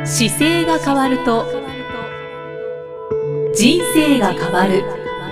姿勢が変わると人生が変わる。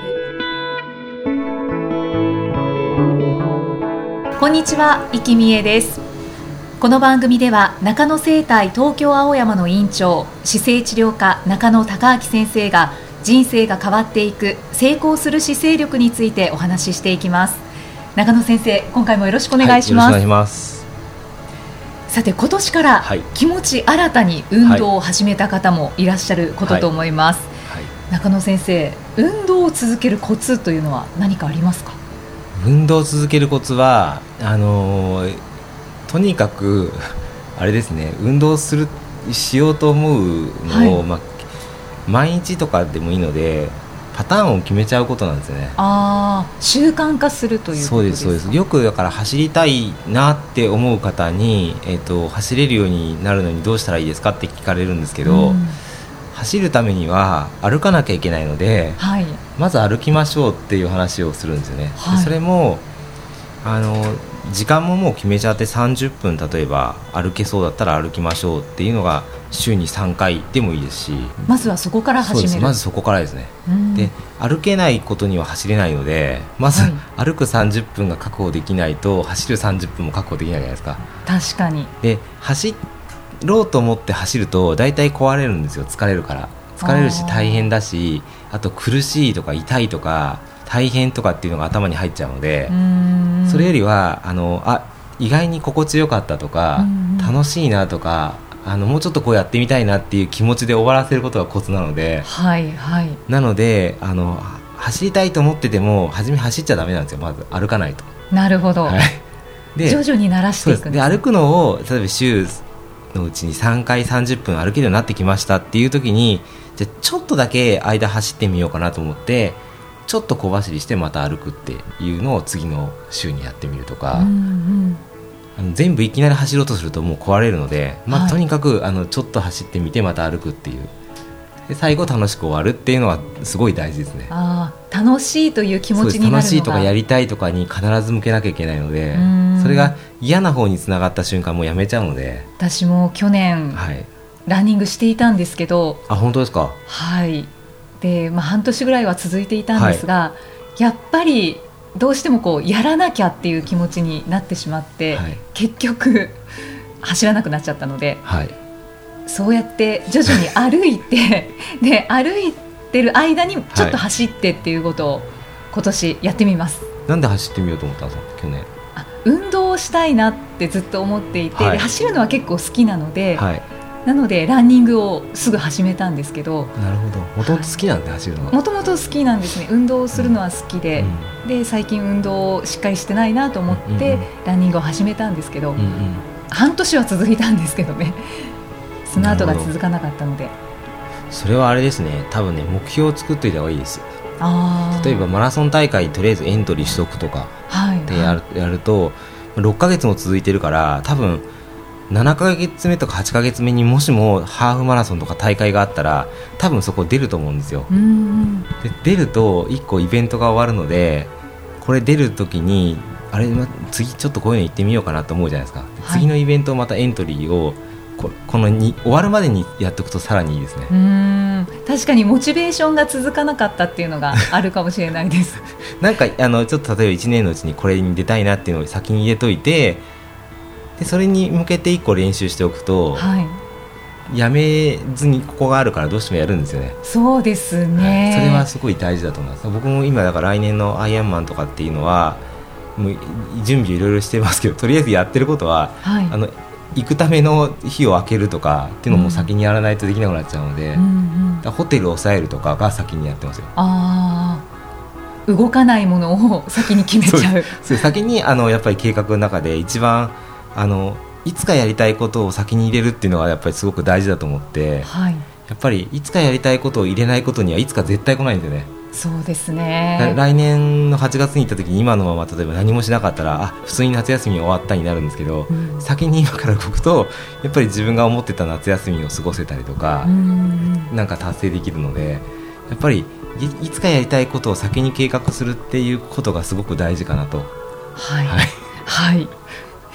こんにちは、生きみえです。この番組では中野生態東京青山の院長、姿勢治療科中野孝明先生が人生が変わっていく、成功する姿勢力についてお話ししていきます。中野先生、今回もよろしくお願いします。 よろしくお願いします。 さて、今年から気持ち新たに運動を始めた方もいらっしゃることと思います。中野先生、運動を続けるコツというのは何かありますか？ 運動を続けるコツはとにかくあれですね、運動しようと思うのを、毎日とかでもいいのでパターンを決めちゃうことなんですよね。 習慣化するということですか？ そうです、そうです。よくだから走りたいなって思う方に、走れるようになるのにどうしたらいいですかって聞かれるんですけど、走るためには歩かなきゃいけないので、まず歩きましょうっていう話をするんですよね。でそれも時間ももう決めちゃって30分例えば歩けそうだったら歩きましょうっていうのが週に3回でもいいですし、 まずはそこから始める。 そうです、まずそこからですね。で歩けないことには走れないので、まず、歩く30分が確保できないと走る30分も確保できないじゃないですか。 確かに。 で走ろうと思って走ると大体壊れるんですよ。疲れるから疲れるし大変だし、あと苦しいとか痛いとか大変とかっていうのが頭に入っちゃうので、それよりは意外に心地よかったとか、楽しいなとかもうちょっとこうやってみたいなっていう気持ちで終わらせることがコツなので、なので走りたいと思ってても初め走っちゃダメなんですよ。まず歩かないと。 なるほど、で徐々に慣らしていくんです。 で歩くのを例えば週のうちに3回30分歩けるようになってきましたっていう時に、じゃあちょっとだけ間走ってみようかなと思ってちょっと小走りしてまた歩くっていうのを次の週にやってみるとか、全部いきなり走ろうとするともう壊れるので、とにかくちょっと走ってみてまた歩くっていう、で最後楽しく終わるっていうのはすごい大事ですね。 楽しいという気持ちになるのが、 楽しいとかやりたいとかに必ず向けなきゃいけないので、それが嫌な方につながった瞬間もうやめちゃうので。 私も去年、ランニングしていたんですけど。 本当ですか？ で半年ぐらいは続いていたんですが、やっぱりどうしてもやらなきゃっていう気持ちになってしまって、結局走らなくなっちゃったので、そうやって徐々に歩いてで歩いてる間にちょっと走ってっていうことを今年やってみます。 なんで走ってみようと思ったんですか？去年運動をしたいなってずっと思っていて、で走るのは結構好きなので、なのでランニングをすぐ始めたんですけど。 なるほど。もともと好きなんで、走るのは。もともと好きなんですね。運動するのは好きで、で最近運動をしっかりしてないなと思って、ランニングを始めたんですけど、半年は続いたんですけどね、その後が続かなかったので。 それはあれですね、多分ね、目標を作っておいた方がいいです。例えばマラソン大会にとりあえずエントリーしとくとかでやると、6ヶ月も続いてるから、多分7ヶ月目とか8ヶ月目にもしもハーフマラソンとか大会があったら多分そこ出ると思うんですよ。で出ると1個イベントが終わるので、これ出るときに次ちょっとこういうの行ってみようかなと思うじゃないですか。次のイベントをまたエントリーを終わるまでにやっておくとさらにいいですね。 確かにモチベーションが続かなかったっていうのがあるかもしれないですなんかちょっと例えば1年のうちにこれに出たいなっていうのを先に入れといて、でそれに向けて1個練習しておくと、やめずにここがあるからどうしてもやるんですよね。 そうですね、 それはすごい大事だと思います。僕も今だから来年のアイアンマンとかっていうのはもう準備いろいろしてますけど、とりあえずやってることは、行くための日を空けるとかっていうのも先にやらないとできなくなっちゃうので、ホテルを抑えるとかが先にやってますよ。 動かないものを先に決めちゃう。 先にやっぱり計画の中で一番いつかやりたいことを先に入れるっていうのがやっぱりすごく大事だと思って、やっぱりいつかやりたいことを入れないことにはいつか絶対来ないんですよね。 そうですね。 来年の8月に行った時に今のまま例えば何もしなかったら普通に夏休み終わったになるんですけど、先に今から動くとやっぱり自分が思ってた夏休みを過ごせたりとか、なんか達成できるので、やっぱりいつかやりたいことを先に計画するっていうことがすごく大事かなと。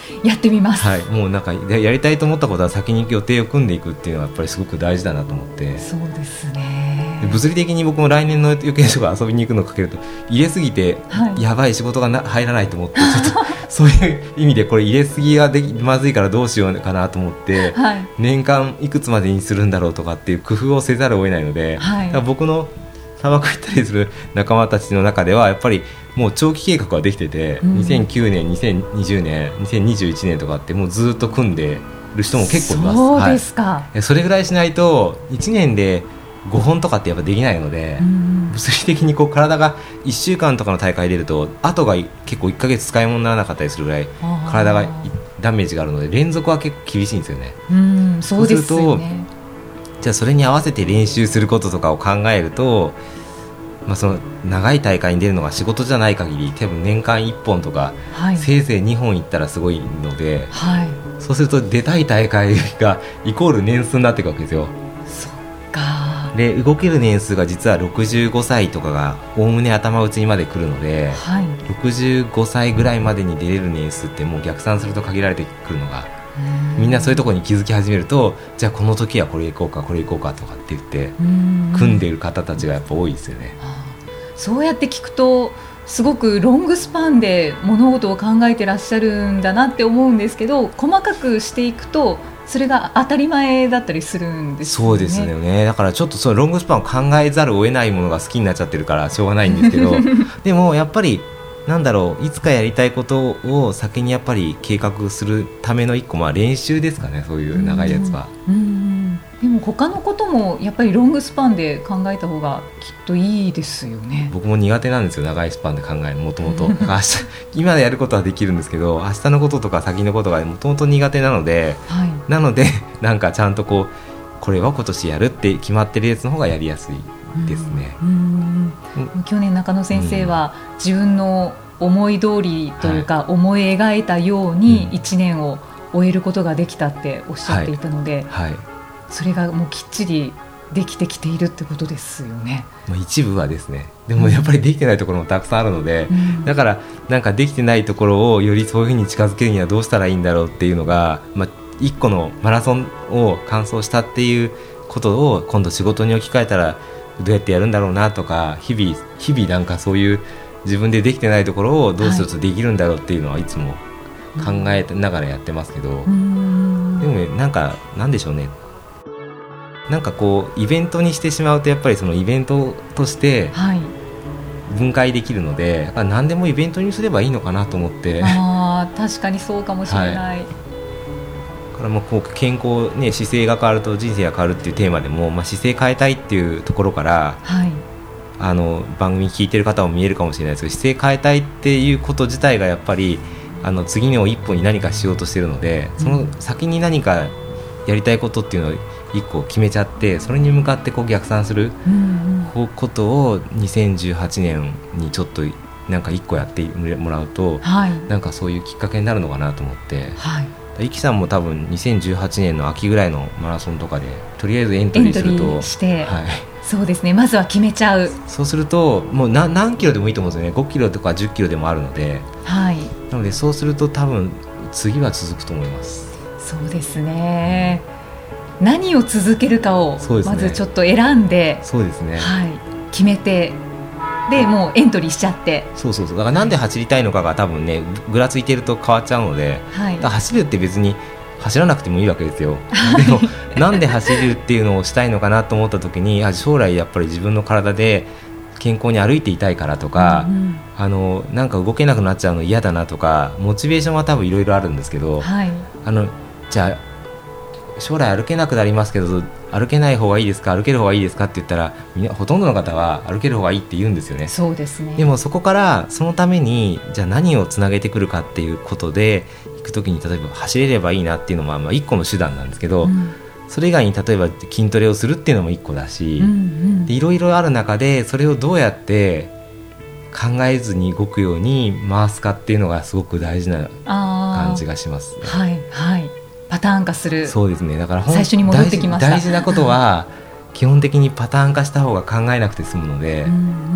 やってみます。 はい、もうなんかやりたいと思ったことは先に予定を組んでいくっていうのはやっぱりすごく大事だなと思って。 そうですね。 物理的に僕も来年の予定とか遊びに行くのをかけると入れすぎて、やばい仕事が入らないと思ってちょっとそういう意味でこれ入れすぎがまずいからどうしようかなと思って、年間いくつまでにするんだろうとかっていう工夫をせざるを得ないので、だから僕の砂漠行ったりする仲間たちの中ではやっぱりもう長期計画はできてて、2009年2020年2021年とかってもうずっと組んでる人も結構います。 そうですか。 それぐらいしないと1年で5本とかってやっぱできないので、物理的にこう体が1週間とかの大会出ると後が結構1ヶ月使い物にならなかったりするぐらい体がダメージがあるので連続は結構厳しいんですよね。 そうですよね。 じゃあそれに合わせて練習することとかを考えると、その長い大会に出るのが仕事じゃない限り多分年間1本とか、せいぜい2本いったらすごいので、そうすると出たい大会がイコール年数になっていくわけですよ。 そっか。 で動ける年数が実は65歳とかがおおむね頭打ちにまで来るので、65歳ぐらいまでに出れる年数ってもう逆算すると限られてくるのが、みんなそういうところに気づき始めると、じゃあこの時はこれ行こうかこれ行こうかとかって言って組んでいる方たちがやっぱ多いですよね。 そうやって聞くとすごくロングスパンで物事を考えてらっしゃるんだなって思うんですけど、細かくしていくとそれが当たり前だったりするんですよね。 そうですよね。だからちょっとそのロングスパンを考えざるを得ないものが好きになっちゃってるからしょうがないんですけどでもやっぱりなんだろう、いつかやりたいことを先にやっぱり計画するための一個、練習ですかね、そういう長いやつは。 でも他のこともやっぱりロングスパンで考えた方がきっといいですよね。 僕も苦手なんですよ、長いスパンで考えるもともと今やることはできるんですけど、明日のこととか先のことがもともと苦手なので、なんかちゃんとこれは今年やるって決まってるやつの方がやりやすいですね。 去年中野先生は自分の思い通りというか、思い描いたように1年を終えることができたっておっしゃっていたので、それがもうきっちりできてきているってことですよね。 一部はですね。でもやっぱりできてないところもたくさんあるので、だからなんかできてないところをよりそういうふうに近づけるにはどうしたらいいんだろうっていうのが、1個のマラソンを完走したっていうことを今度仕事に置き換えたらどうやってやるんだろうなとか、日々なんかそういう自分でできてないところをどうするとできるんだろうっていうのはいつも考えながらやってますけど、でもなんでしょうね、なんかイベントにしてしまうとやっぱりそのイベントとして分解できるので、何でもイベントにすればいいのかなと思って。 確かにそうかもしれない。 だから健康、姿勢が変わると人生が変わるっていうテーマでも、姿勢変えたいっていうところから、番組聞いてる方も見えるかもしれないですけど、姿勢変えたいっていうこと自体がやっぱり次の一歩に何かしようとしてるので、その先に何かやりたいことっていうのを一個決めちゃって、それに向かって逆算することを2018年にちょっとなんか一個やってもらうと、なんかそういうきっかけになるのかなと思って、イキさんも多分2018年の秋ぐらいのマラソンとかでとりあえずエントリーするとして、そうですね、まずは決めちゃう。 そうするともう何キロでもいいと思うんですよね。5キロとか10キロでもあるので、なのでそうすると多分次は続くと思います。 そうですね、何を続けるかをまずちょっと選んで、 そうですね、 決めて、でもうエントリーしちゃって、 そうだからなんで走りたいのかが多分ねぐらついてると変わっちゃうので、だから走るって別に走らなくてもいいわけですよ。でもなんで走るっていうのをしたいのかなと思った時に、将来やっぱり自分の体で健康に歩いていたいからとか、なんか動けなくなっちゃうの嫌だなとか、モチベーションは多分いろいろあるんですけど、じゃあ将来歩けなくなりますけど歩けない方がいいですか歩ける方がいいですかって言ったら、ほとんどの方は歩ける方がいいって言うんですよね。 そうですね。 でもそこからそのためにじゃあ何をつなげてくるかっていうことで行くときに、例えば走れればいいなっていうのも一個の手段なんですけど、それ以外に例えば筋トレをするっていうのも一個だし、いろいろある中でそれをどうやって考えずに動くように回すかっていうのがすごく大事な感じがしますね。 パターン化する。 そうですね。だから最初に戻ってきました。 大事なことは基本的にパターン化した方が考えなくて済むので、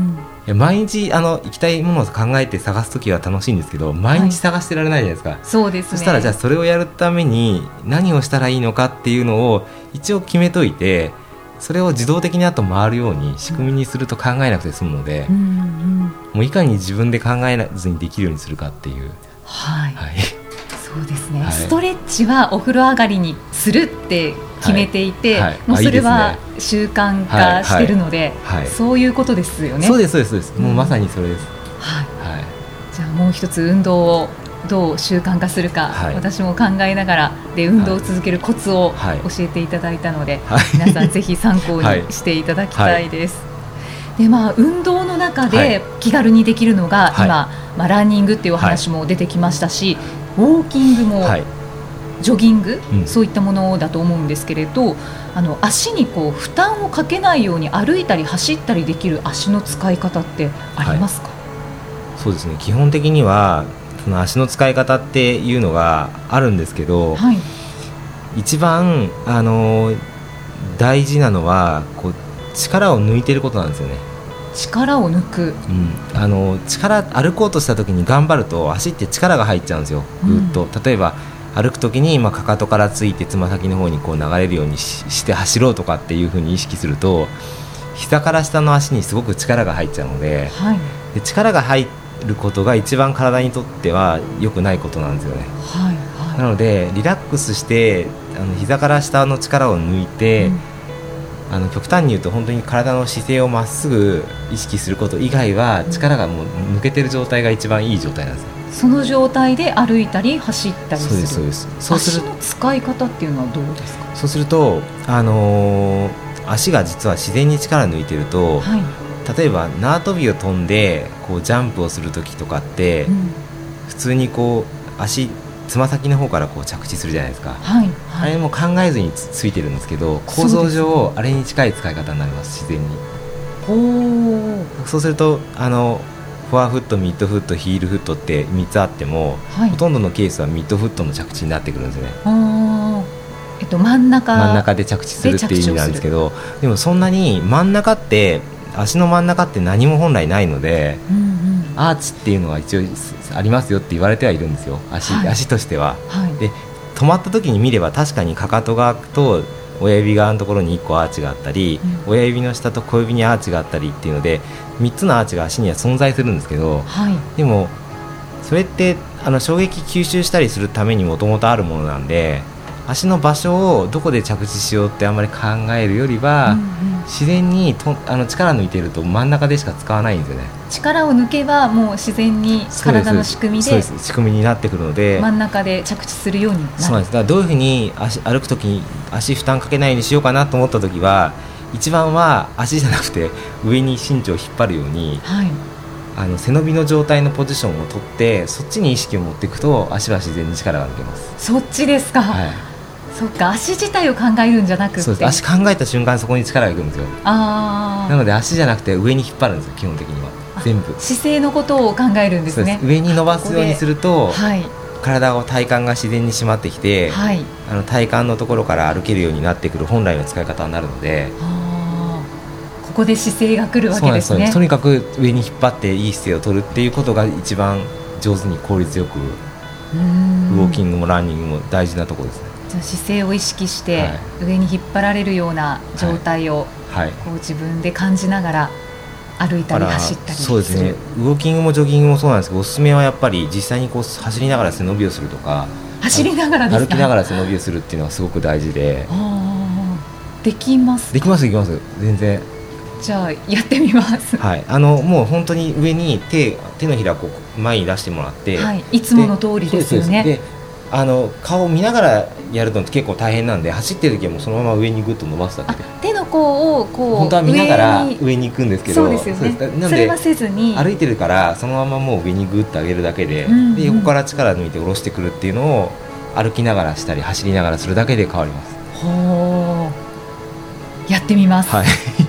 毎日行きたいものを考えて探すときは楽しいんですけど、毎日探してられないじゃないですか、 そうですね。 そしたらじゃあそれをやるために何をしたらいいのかっていうのを一応決めといて、それを自動的にあと回るように仕組みにすると考えなくて済むので、もういかに自分で考えずにできるようにするかっていう、 はいそうですね、ストレッチはお風呂上がりにするって決めていて、もうそれは習慣化しているので、そういうことですよね。 そうですそうです、もうまさにそれです、 じゃあもう一つ運動をどう習慣化するか、私も考えながらで運動を続けるコツを教えていただいたので、皆さんぜひ参考にしていただきたいです。で運動の中で気軽にできるのが、今、ランニングっていうお話も出てきましたし、ウォーキングも、ジョギング、そういったものだと思うんですけれど、足に負担をかけないように歩いたり走ったりできる足の使い方ってありますか？ そうですね、基本的にはその足の使い方っていうのがあるんですけど、一番大事なのは力を抜いてることなんですよね。 力を抜く、 歩こうとした時に頑張ると足って力が入っちゃうんですよ、ぐっと。例えば歩く時にかかとからついてつま先の方に流れるようにして走ろうとかっていう風に意識すると、膝から下の足にすごく力が入っちゃうので、で力が入ることが一番体にとっては良くないことなんですよね。なのでリラックスして膝から下の力を抜いて、極端に言うと本当に体の姿勢をまっすぐ意識すること以外は力がもう抜けてる状態が一番いい状態なんですよ。 その状態で歩いたり走ったりする。 そうですそうです。 足の使い方っていうのはどうですか？ そうすると、足が実は自然に力抜いてると、例えば縄跳びを飛んでジャンプをするときとかって、普通に足つま先の方から着地するじゃないですか、あれも考えずに ついてるんですけど、構造上あれに近い使い方になります、自然に。そうするとフォアフット、ミッドフット、ヒールフットって3つあっても、ほとんどのケースはミッドフットの着地になってくるんですよね。 真ん中で着地するっていう意味なんですけど、でもそんなに足の真ん中って何も本来ないので、アーチっていうのが一応ありますよって言われてはいるんですよ、足としては。で止まった時に見れば確かにかかと側と親指側のところに1個アーチがあったり、親指の下と小指にアーチがあったりっていうので3つのアーチが足には存在するんですけど、でもそれって衝撃吸収したりするためにもともとあるものなんで、足の場所をどこで着地しようってあんまり考えるよりは、自然に力抜いてると真ん中でしか使わないんですよね。 力を抜けばもう自然に体の仕組みで仕組みになってくるので、 真ん中で着地するようになる。 そうなんです。だからどういうふうに歩くときに足負担かけないようにしようかなと思ったときは、一番は足じゃなくて上に身長を引っ張るように、背伸びの状態のポジションを取ってそっちに意識を持っていくと足は自然に力が抜けます。 そっちですか。そっか、足自体を考えるんじゃなくて、 そうです。足考えた瞬間そこに力がいくんですよ。なので足じゃなくて上に引っ張るんですよ、基本的には。全部姿勢のことを考えるんですね。 そうです。上に伸ばすようにすると、体が自然に締まってきて、体幹のところから歩けるようになってくる本来の使い方になるので、 ここで姿勢が来るわけですね。 そうです。とにかく上に引っ張っていい姿勢を取るっていうことが一番上手に効率よく、ウォーキングもランニングも大事なところですね。 じゃあ姿勢を意識して上に引っ張られるような状態を自分で感じながら歩いたり走ったりする。 そうですね。ウォーキングもジョギングもそうなんですけど、おすすめはやっぱり実際に走りながら背伸びをするとか、 走りながらですか？ 歩きながら背伸びをするっていうのはすごく大事で。 できますか？ できます全然。 じゃあやってみます。 もう本当に上に手のひらを前に出してもらって、 いつもの通りですよね。 で顔を見ながらやるのって結構大変なんで、走ってる時はもうそのまま上にグッと伸ばすだけで、 手の甲を本当は見ながら上に行くんですけど、 そうですよね。なのでそれはせずに歩いてるからそのままもう上にグッと上げるだけで、で横から力抜いて下ろしてくるっていうのを歩きながらしたり走りながらするだけで変わります。 やってみます。あ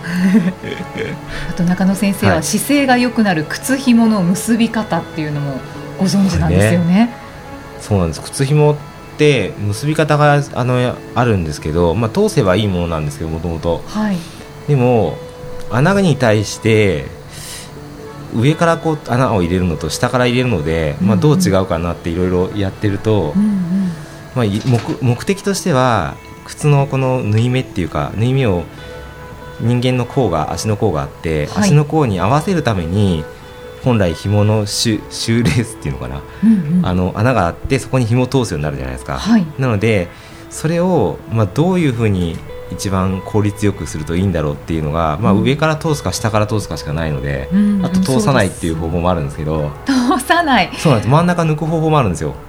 と中野先生は姿勢が良くなる靴ひもの結び方っていうのもご存知なんですよね。 そうなんです。靴ひもって結び方があるんですけど、通せばいいものなんですけど、もともと。でも穴に対して上からこう穴を入れるのと下から入れるので、どう違うかなっていろいろやってると、目的としては靴のこの縫い目っていうか、縫い目を人間の甲が足の甲があって、足の甲に合わせるために本来紐のシューレースっていうのかな、穴があってそこに紐を通すようになるじゃないですか、なのでそれをどういうふうに一番効率よくするといいんだろうっていうのが、上から通すか下から通すかしかないので、あと通さないっていう方法もあるんですけど、 通さない、 そうなんです。真ん中抜く方法もあるんですよ。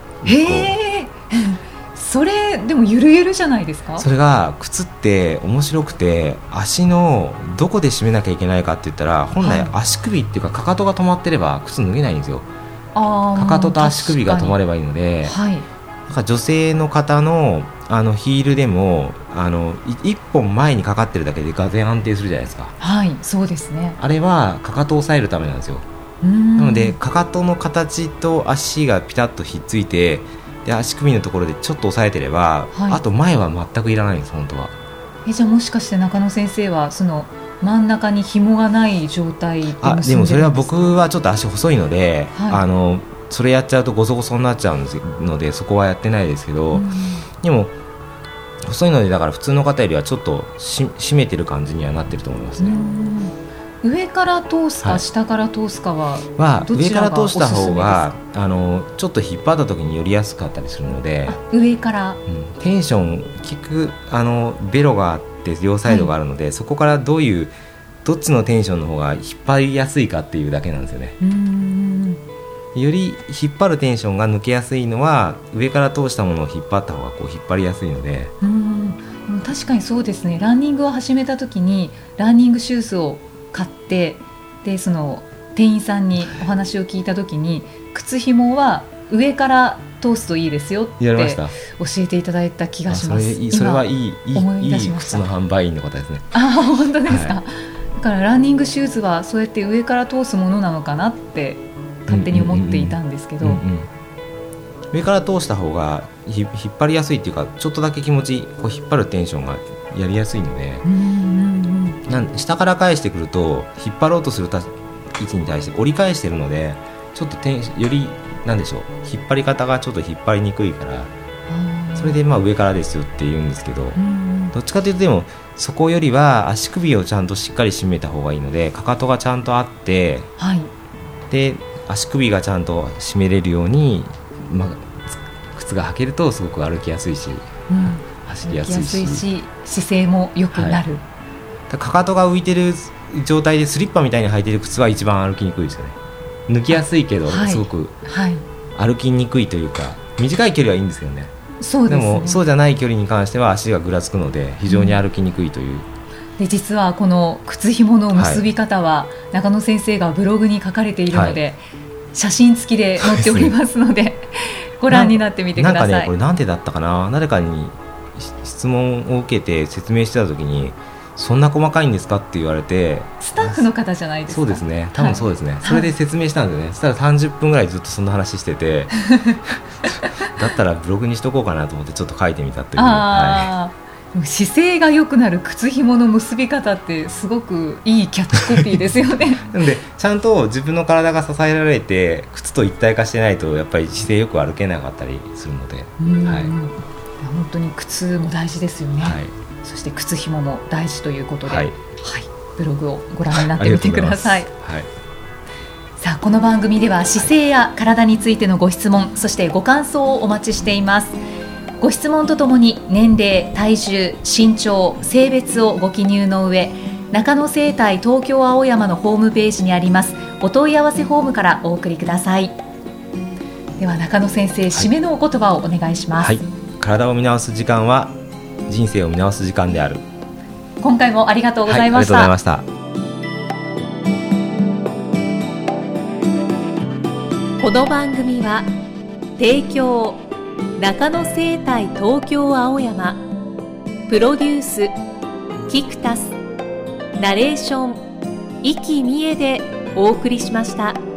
それでもゆるゆるじゃないですか。 それが靴って面白くて、足のどこで締めなきゃいけないかって言ったら、本来足首っていうかかかとが止まってれば靴脱げないんですよ。かかとと足首が止まればいいので、だから女性の方のヒールでも一本前にかかってるだけでがぜん安定するじゃないですか。 そうですね。 あれはかかとを押さえるためなんですよ。なのでかかとの形と足がピタッとひっついて、で足首のところでちょっと押さえてれば、あと前は全くいらないんです。本当は。 じゃあもしかして中野先生はその真ん中に紐がない状態で結んでるんですか？ でもそれは僕はちょっと足細いので、それやっちゃうとゴソゴソになっちゃうので、そこはやってないですけど、でも細いので、だから普通の方よりはちょっと締めてる感じにはなってると思いますね。 上から通すか下から通すかは上から通した方がちょっと引っ張った時に寄りやすかったりするので、 上から、 テンションベロがあって両サイドがあるので、そこからどっちのテンションの方が引っ張りやすいかっていうだけなんですよね。より引っ張るテンションが抜けやすいのは上から通したものを引っ張った方がこう引っ張りやすいので。 確かにそうですね。ランニングを始めた時にランニングシューズを買って、でその店員さんにお話を聞いた時に、靴紐は上から通すといいですよって教えていただいた気がします。 それはいい靴の販売員の方ですね。 本当ですか。だからランニングシューズはそうやって上から通すものなのかなって勝手に思っていたんですけど、上から通した方が引っ張りやすいっていうか、ちょっとだけ気持ちこう引っ張るテンションがやりやすいので、下から返してくると引っ張ろうとする位置に対して折り返してるので、ちょっとより引っ張り方がちょっと引っ張りにくいから、それで上からですよって言うんですけど、どっちかというとでもそこよりは足首をちゃんとしっかり締めた方がいいので、かかとがちゃんとあって、で足首がちゃんと締めれるように、靴が履けるとすごく歩きやすいし、走りやすいし、 姿勢も良くなる。 かかとが浮いてる状態でスリッパみたいに履いてる靴は一番歩きにくいですよね。抜きやすいけど、すごく歩きにくいというか、短い距離はいいんですけどね。でもそうじゃない距離に関しては足がぐらつくので非常に歩きにくいという。 で実はこの靴紐の結び方は中野先生がブログに書かれているので、写真付きで載っておりますのでご覧になってみてください。 なんかね、これなんでだったかな、誰かに質問を受けて説明してた時に、そんな細かいんですかって言われて、 スタッフの方じゃないですか。 そうですね、多分そうですね、それで説明したんですよね。そしたら30分ぐらいずっとそんな話しててだったらブログにしとこうかなと思ってちょっと書いてみたという。 姿勢が良くなる靴紐の結び方ってすごくいいキャッチコピーですよねなのでちゃんと自分の体が支えられて靴と一体化してないとやっぱり姿勢よく歩けなかったりするので、 本当に靴も大事ですよね。そして靴紐も大事ということで、ブログをご覧になってみてください。さあ、この番組では姿勢や体についてのご質問、そしてご感想をお待ちしています。ご質問とともに年齢、体重、身長、性別をご記入の上、中野生態東京青山のホームページにありますお問い合わせフォームからお送りください。では中野先生、締めのお言葉をお願いします。 体を見直す時間は人生を見直す時間である。 今回もありがとうございました。 ありがとうございました。 この番組は提供中野生態東京青山、プロデュースキクタス、ナレーション生きみえでお送りしました。